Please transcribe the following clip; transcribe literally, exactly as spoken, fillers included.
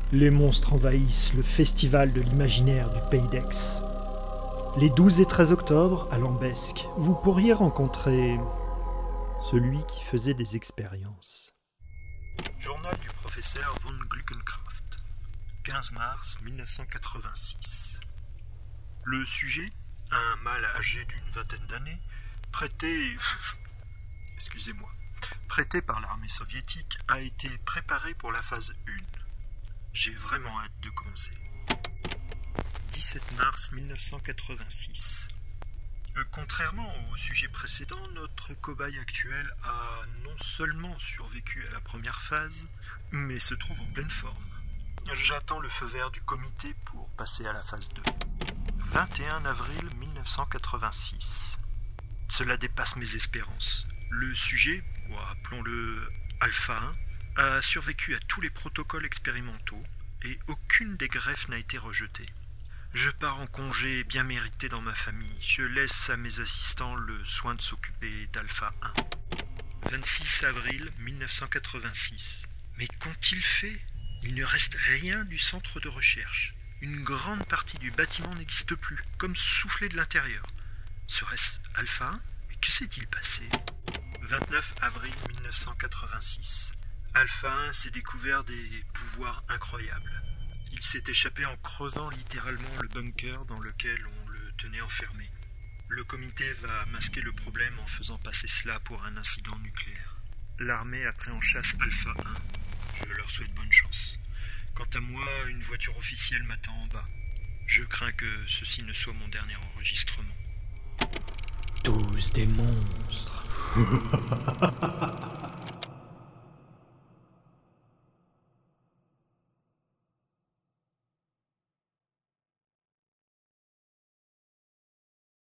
Les monstres envahissent le festival de l'imaginaire du Pays d'Aix. Les douze et treize octobre, à Lambesc, vous pourriez rencontrer celui qui faisait des expériences. Journal du professeur von Gluckenkraft, quinze mars mille neuf cent quatre-vingt-six. Le sujet, un mâle âgé d'une vingtaine d'années, prêté... excusez-moi, prêté par l'armée soviétique, a été préparé pour la phase un. J'ai vraiment hâte de commencer. dix-sept mars mille neuf cent quatre-vingt-six. Euh, contrairement au sujet précédent, notre cobaye actuel a non seulement survécu à la première phase, mais se trouve en pleine forme. J'attends le feu vert du comité pour passer à la phase deux. vingt et un avril mille neuf cent quatre-vingt-six. Cela dépasse mes espérances. Le sujet, ou appelons-le Alpha un, a survécu à tous les protocoles expérimentaux et aucune des greffes n'a été rejetée. Je pars en congé bien mérité dans ma famille. Je laisse à mes assistants le soin de s'occuper d'Alpha un. vingt-six avril mille neuf cent quatre-vingt-six. Mais qu'ont-ils fait ? Il ne reste rien du centre de recherche. Une grande partie du bâtiment n'existe plus, comme soufflé de l'intérieur. Serait-ce Alpha un ? Mais que s'est-il passé ? vingt-neuf avril mille neuf cent quatre-vingt-six. Alpha un s'est découvert des pouvoirs incroyables. Il s'est échappé en crevant littéralement le bunker dans lequel on le tenait enfermé. Le comité va masquer le problème en faisant passer cela pour un incident nucléaire. L'armée a pris en chasse Alpha un. Je leur souhaite bonne chance. Quant à moi, une voiture officielle m'attend en bas. Je crains que ceci ne soit mon dernier enregistrement. Tous des monstres.